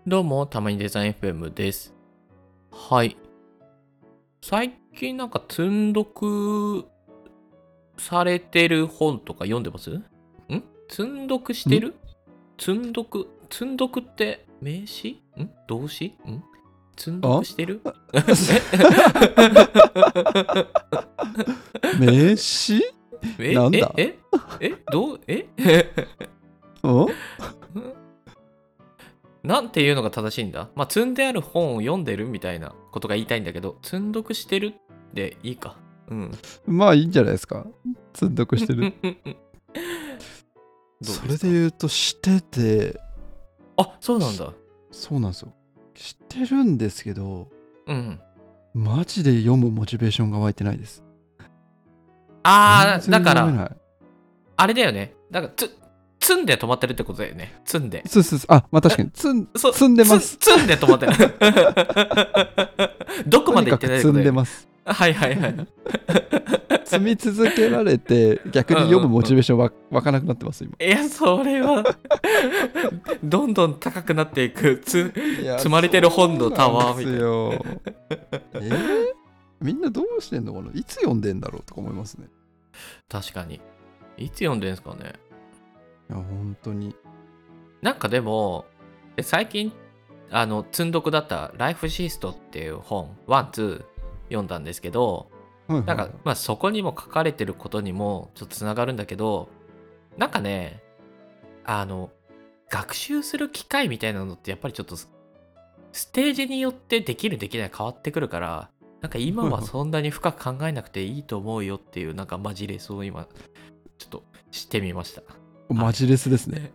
どうも、たまにデザイン FM です。はい。最近なんか積んどくされてる本とか読んでます？積んどくしてんる？積んどくって名詞？動詞？積んどくあしてる？ 名詞えなんだえええどうえんなんていうのが正しいんだ？まあ、積んである本を読んでるみたいなことが言いたいんだけど、積んどくしてるでいいか。 まあいいんじゃないですか。積んどくしてる。そどうですか？ れで言うとしてて、 あ、そうなんだ。 そうなんですよ。してるんですけど、 うん。 マジで読むモチベーションが湧いてないです。全あー、 然だから、 読めない。 あれだよね。だから、積んで止まってるってことだよね。積んで。 そうそうそう。あ、まあ確かに積んでます。 積んで止まってる。どことまで行ってにかく積ないってことだよね。 んでます。 はいはいはい。 積み続けられて、逆に読むモチベーション湧かなくなってます、今。 いや、それは、どんどん高くなっていく、 いや、 積まれてる本のタそうなんですワーみたいな。 よ。みんなどうしてんのかな、いつ読んでんだろうとか思いますね。 確かに。いつ読んでんすかね。 いや、本当に。 なんかでも、最近、積んどくだったライフシストっていう本、ワン、ツー読んだんですけど、 はいはいはい。 なんか、まあそこにも書かれてることにもちょっとつながるんだけど、なんかね、あの、学習する機会みたいなのってやっぱりちょっとステージによってできるできない変わってくるから、なんか今はいははそんなに深く考えなくていいと思うよっていうなんかマジレスを今ちょっとしてみました。 い。 はい。 マジレスですね。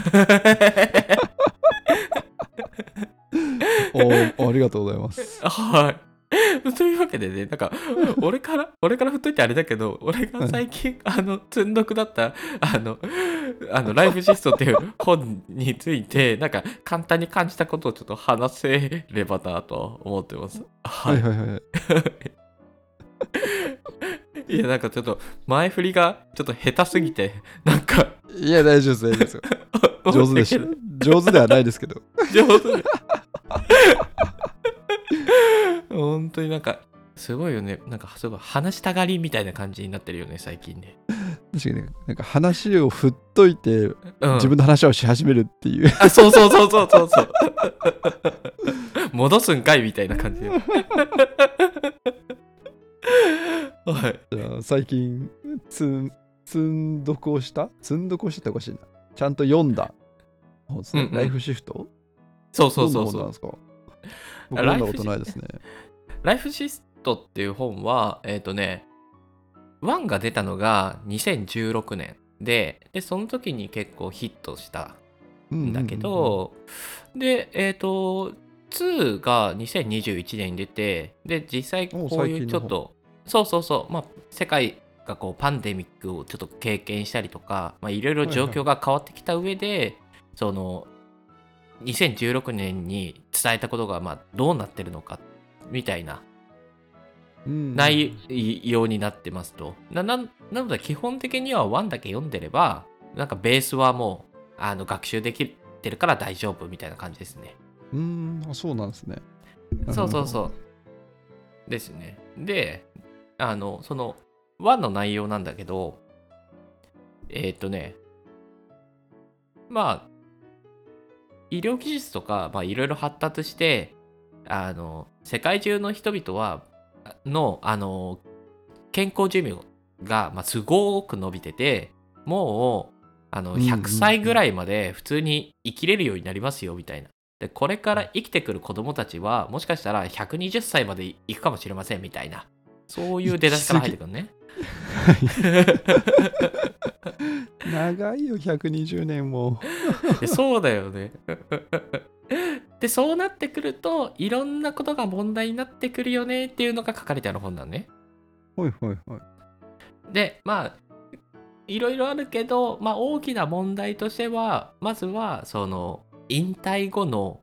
ありがとうございます。 はい。というわけでね、なんか、俺から振っといてあれだけど、俺がはい。 最近、積んどくだった、ライフシストっていう本について、なんか、簡単に感じたことをちょっと話せればなと思ってます。はい。 はいはいはい。 いや、なんかちょっと、前振りがちょっと下手すぎて、なんか、 いや、大丈夫です、大丈夫ですよ。上手でした。 申し訳ない。 上手ではないですけど。 上手で。本当になんか、すごいよね。なんか、すごい話したがりみたいな感じになってるよね、最近ね。 確かにね、なんか話を振っといて、 うん。 自分の話をし始めるっていう。 あ、そうそうそうそうそうそう。戻すんかいみたいな感じで。はい。 じゃあ最近、積んどくをした積んどくをしたっておかしいな。ちゃんと読んだ本ですね。ライうんうん。 フシフト。 そうそうどんなそうそう。 本なんですか？僕読んだことないですね。 ライフシストっていう本は、1が出たのが2016年で、その時に結構ヒットしたうんうんうんんだけうん。 ど、で、2が2021年に出て、で、実際こういう最近の本。 ちょっと、そうそうそう、まあ、世界がこうパンデミックをちょっと経験したりとか、まあ、いろいろ状はいはい。 況が変わってきた上で、その、2016年に伝えたことが、まあ、どうなってるのか、みたいなうんうん内容になってますと。なので、基本的には1だけ読んでれば、なんかベースはもう、学習できてるから大丈夫みたいな感じですね。 うん。あ、そうなんですね。なるそうほど。 そうそう。ですね。で、その、1の内容なんだけど、えっ、とね、まあ、医療技術とか、まあ、いろいろ発達して、世界中の人々は、健康寿命が、まあ、すごく伸びてて、もう、 うん 100 うんうん。 歳ぐらいまで普通に生きれるようになりますよ、みたいな。で、これから生きてくる子供たちは、もしかしたら120歳まで生くかもしれません、みたいな。そうい行う出だしからき過ぎ。 入ってくるね。 はい。長いよ、120年も。 そうだよね。で、そうなってくると、いろんなことが問題になってくるよねっていうのが書かれてある本なのね。 はいはいはい。 で、まあ、いろいろあるけど、まあ、大きな問題としては、まずは、その、引退後の、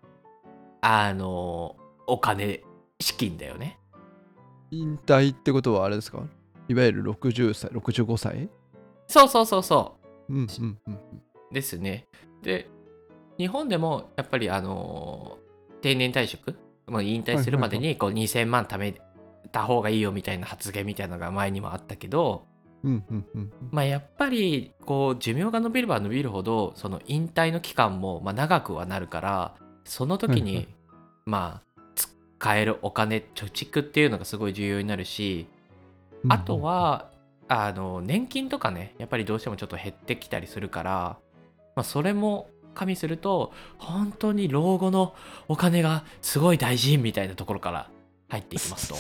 お金、資金だよね。 引退ってことはあれですか？いわゆる60歳、65歳？ そうそうそうそうんうんうん。 う。ですね。で、 日本でもやっぱり定年退職、もう引退するまでにこう2000万貯めた方がいいよみたいな発言みたいなのが前にもあったけど、まあやっぱりこう寿命が伸びれば伸びるほどその引退の期間もまあ長くはなるから、その時にまあ使えるお金貯蓄っていうのがすごい重要になるし、あとは年金とかね、やっぱりどうしてもちょっと減ってきたりするから、まあ、それも加味すると本当に老後のお金がすごい大事みたいなところから入っていきますと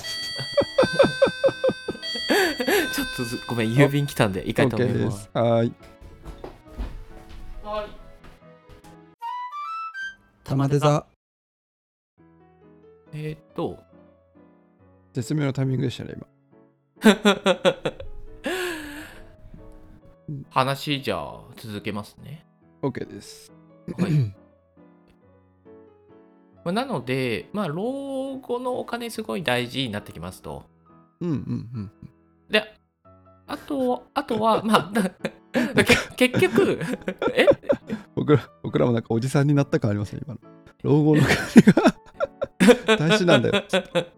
ちょっとごめん、郵便来たんで行きたいと思います。 はい。玉手座。絶妙なタイミングでしたね今。 話じゃあ続けますね。 OK です。 はいなので、まあ、老後のお金すごい大事になってきますと。で、あとは、まあ、結局僕らもなんかおじさんになった感ありますね、今の。老後の金が大事なんだよ。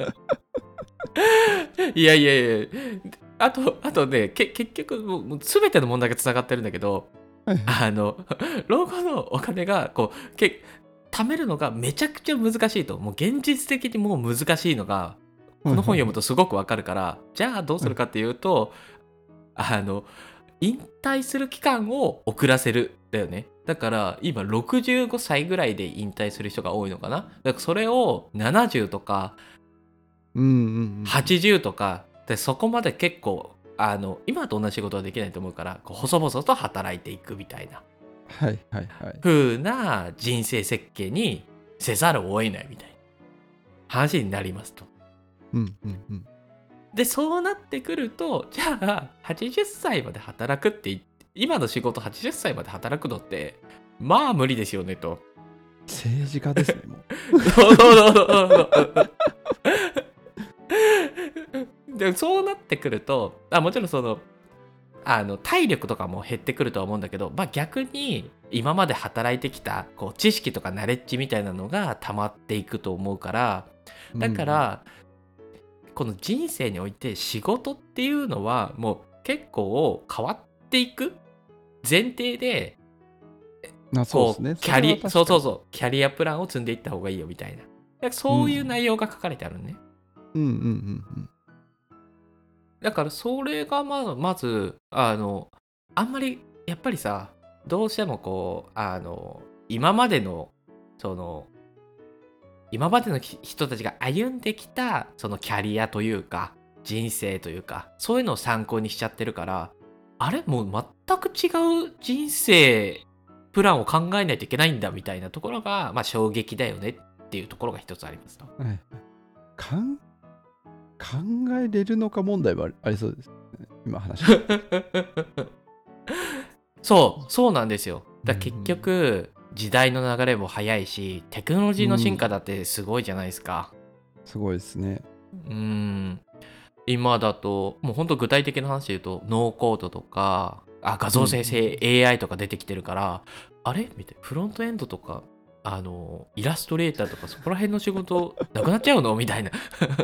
いや、あとね、結局もう全ての問題がつながってるんだけど、老後のお金がこう貯めるのがめちゃくちゃ難しいと、もう現実的にもう難しいのがこの本読むとすごくわかるから、じゃあどうするかっていうと、引退する期間を遅らせるだよね。だから今65歳ぐらいで引退する人が多いのかな。だからそれを70とか80とかで、そこまで結構今と同じ仕事はできないと思うから、こう細々と働いていくみたいな風な人生設計にせざるを得ないみたいな話になりますと。でそうなってくると、じゃあ80歳まで働くって今の仕事80歳まで働くのってまあ無理ですよねと。 政治家ですねもう。 でそうなってくると、もちろんその体力とかも減ってくるとは思うんだけど、まあ、逆に今まで働いてきたこう知識とかナレッジみたいなのが溜まっていくと思うから、だから、この人生において仕事っていうのはもう結構変わっていく前提で、 そうですね、 キャリアプランを積んでいった方がいいよみたいな、そういう内容が書かれてあるね。だからそれがまずあんまりやっぱりさ、どうしてもこう今までの人たちが歩んできたそのキャリアというか人生というか、そういうのを参考にしちゃってるから、あれもう全く違う人生プランを考えないといけないんだみたいなところが、まあ衝撃だよねっていうところが一つありますと。 考えれるのか問題もありそうですね、今話そうなんですよ。だから結局時代の流れも早いし、テクノロジーの進化だってすごいじゃないですか。 すごいですね。 今だともうほんと具体的な話で言うと、ノーコードとか画像生成 AI とか出てきてるから、あれみたいな、フロントエンドとかイラストレーターとかそこら辺の仕事なくなっちゃうのみたいな。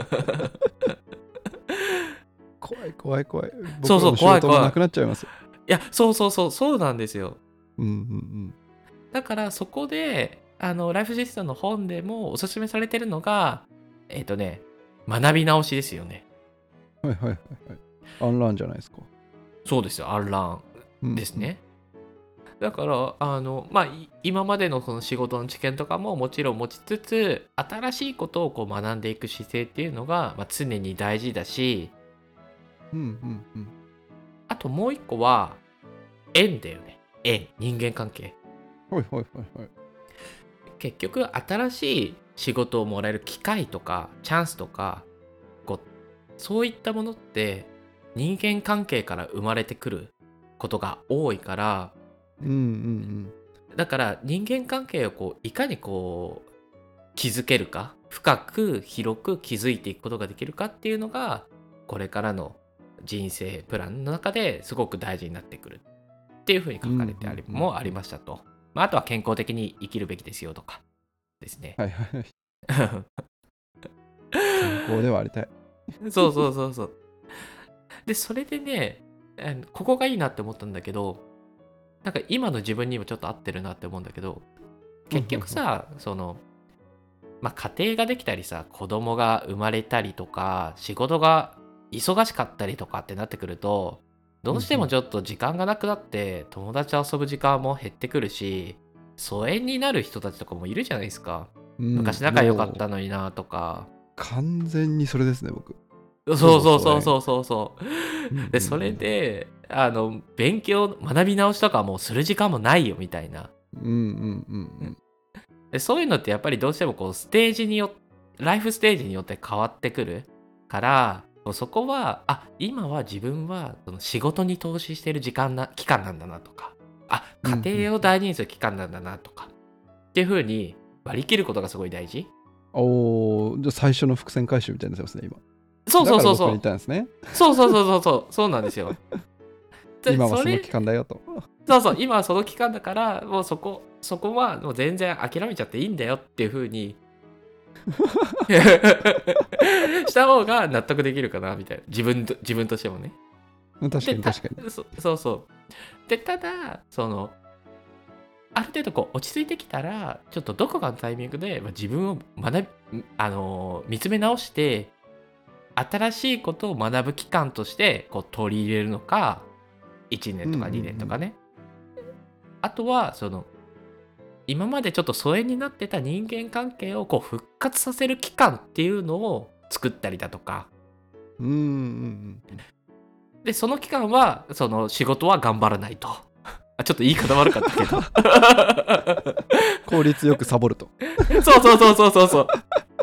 怖い。 そうそう、 怖い。なくなっちゃいます。 いや、そうなんですよ。だからそこでライフシステムの本でもおすすめされてるのが学び直しですよね。 アンランじゃないですか。 そうですよ、アンランですね。だから今までのその仕事の知見とかももちろん持ちつつ、新しいことをこう学んでいく姿勢っていうのが、常に大事だし、あともう一個は縁だよね。人間関係。結局新しい仕事をもらえる機会とかチャンスとか、そういったものって人間関係から生まれてくることが多いから、だから人間関係をいかに築けるか、深く広く築いていくことができるかっていうのが、これからの人生プランの中ですごく大事になってくるっていうふうに書かれてもありましたと。 まあ、あとは健康的に生きるべきですよとかですね。 はいはい。健康ではありたい。 そうそうそうそう。で、それでね、ここがいいなって思ったんだけど、なんか今の自分にもちょっと合ってるなって思うんだけど、結局さ、まあ、家庭ができたりさ、子供が生まれたりとか、仕事が忙しかったりとかってなってくると、どうしてもちょっと時間がなくなって、友達と遊ぶ時間も減ってくるし、疎遠になる人たちとかもいるじゃないですか。昔仲良かったのになとか。 完全にそれですね、僕。 そうそうそうそうそうそう。で、それで、勉強、学び直しとかもうする時間もないよみたいな。でそういうのってやっぱりどうしてもこうライフステージによって変わってくるから、そこは今は自分はその仕事に投資してる期間なんだなとか、家庭を大事にする期間なんだなとかっていう風に割り切ることがすごい大事。 おー、じゃあ最初の伏線回収みたいになってますね、今。 そうそうそうそう。 だから僕に言ったんですね。 そうそうそうそうそう、そうなんですよ。 今はその期間だよと。 そうそう、今はその期間だから、もうそこはもう全然諦めちゃっていいんだよっていう風にした方が納得できるかなみたいな。自分としてもね。 確かに確かに。 そうそう。で、ただ、ある程度こう落ち着いてきたら、ちょっとどこかのタイミングで自分を見つめ直して、新しいことを学ぶ期間としてこう取り入れるのか、1年とか2年とかね。あとは、今までちょっと疎遠になってた人間関係をこう復活させる期間っていうのを作ったりだとか。で、その期間は、仕事は頑張らないと。ちょっと言い方悪かったけど。 効率よくサボると。 そうそうそうそうそうそう。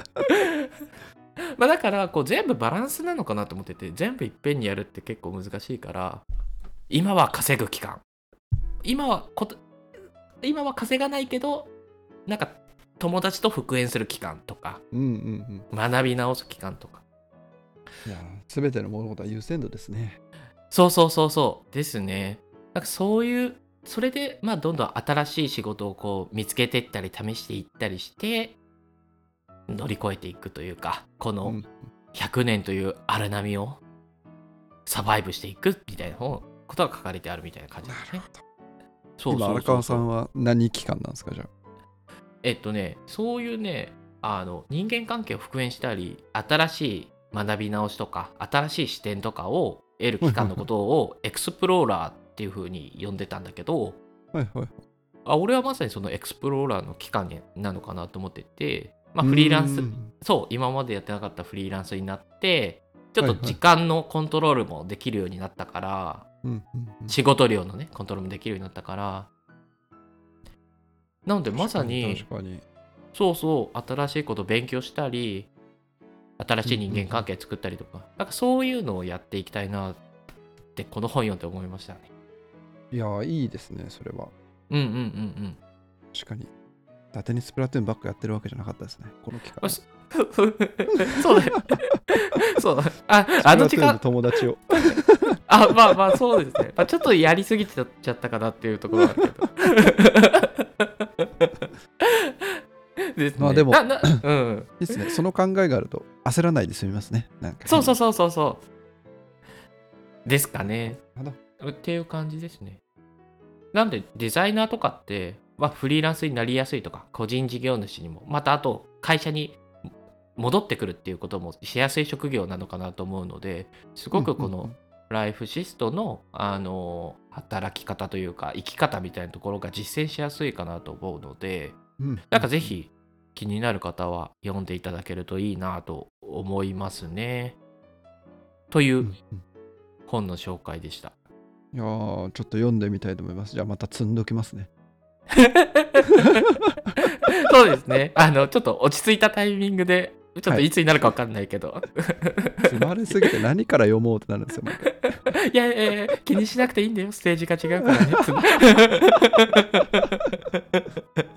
まあだからこう全部バランスなのかなと思ってて、全部いっぺんにやるって結構難しいから、今は稼ぐ期間。今は稼がないけど、なんか友達と復縁する期間とか、学び直す期間とか。 いや、全ての物事は優先度ですね。 そうそうそうそうですね。なんかそれでまあどんどん新しい仕事をこう見つけていったり試していったりして乗り越えていくというか、この100年という荒波をサバイブしていくみたいなことが書かれてあるみたいな感じですね。 今荒川さんは何期間なんですか、じゃあ。 そういうね、人間関係を復縁したり、新しい学び直しとか新しい視点とかを得る期間のことをエクスプローラーっていう風に呼んでたんだけど、俺はまさにそのエクスプローラーの期間なのかなと思ってて、まあ、フリーランス、今までやってなかったフリーランスになってちょっと時間のコントロールもできるようになったから、仕事量のねコントロールもできるようになったから、なのでまさにそう新しいことを勉強したり、新しい人間関係作ったりとか、なんかそういうのをやっていきたいなってこの本読んで思いましたね。 いや、いいですね、それは。確かに。伊達にスプラトゥーンばっかやってるわけじゃなかったですね、この期間。 そうだよ。そうだ。 時間友達を。 まあそうですね。ちょっとやりすぎちゃったかなっていうところはあるけど。ですね、 まあでも、いいですね。その考えがあると焦らないで済みますね。なんかそうですかね。っていう感じですね。なんでデザイナーとかって、フリーランスになりやすいとか、個人事業主にも、またあと会社に戻ってくるっていうこともしやすい職業なのかなと思うので、すごくこのライフシストの、働き方というか生き方みたいなところが実践しやすいかなと思うので、なんかぜひ気になる方は読んでいただけるといいなと思いますね。という本の紹介でした。 いやー、ちょっと読んでみたいと思います。じゃあまた積んどきますね。 そうですね。ちょっと落ち着いたタイミングで、ちょっといつになるか分かんないけど。 つまれすぎて何から読もうってなるんですよ。 いや、気にしなくていいんだよ。ステージが違うからね。